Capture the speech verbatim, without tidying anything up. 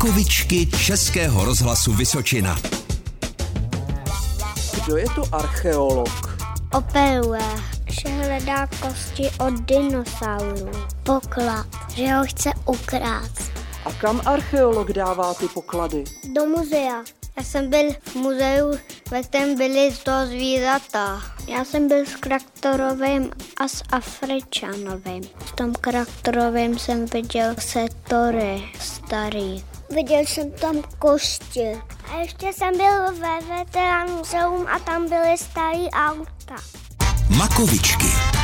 Makovičky Českého rozhlasu Vysočina. Kdo je to archeolog? Operuje, že hledá kosti od dinosaurů. Poklad, že ho chce ukrást. A kam archeolog dává ty poklady? Do muzea. Já jsem byl v muzeu, ve kterém byly z toho zvířata. Já jsem byl s Kraktorovým a s Afričanovým. V tom Kraktorovým jsem viděl setory starý. Viděl jsem tam kosti. A ještě jsem byl ve Veterán muzeum a tam byly starý auta. Makovičky.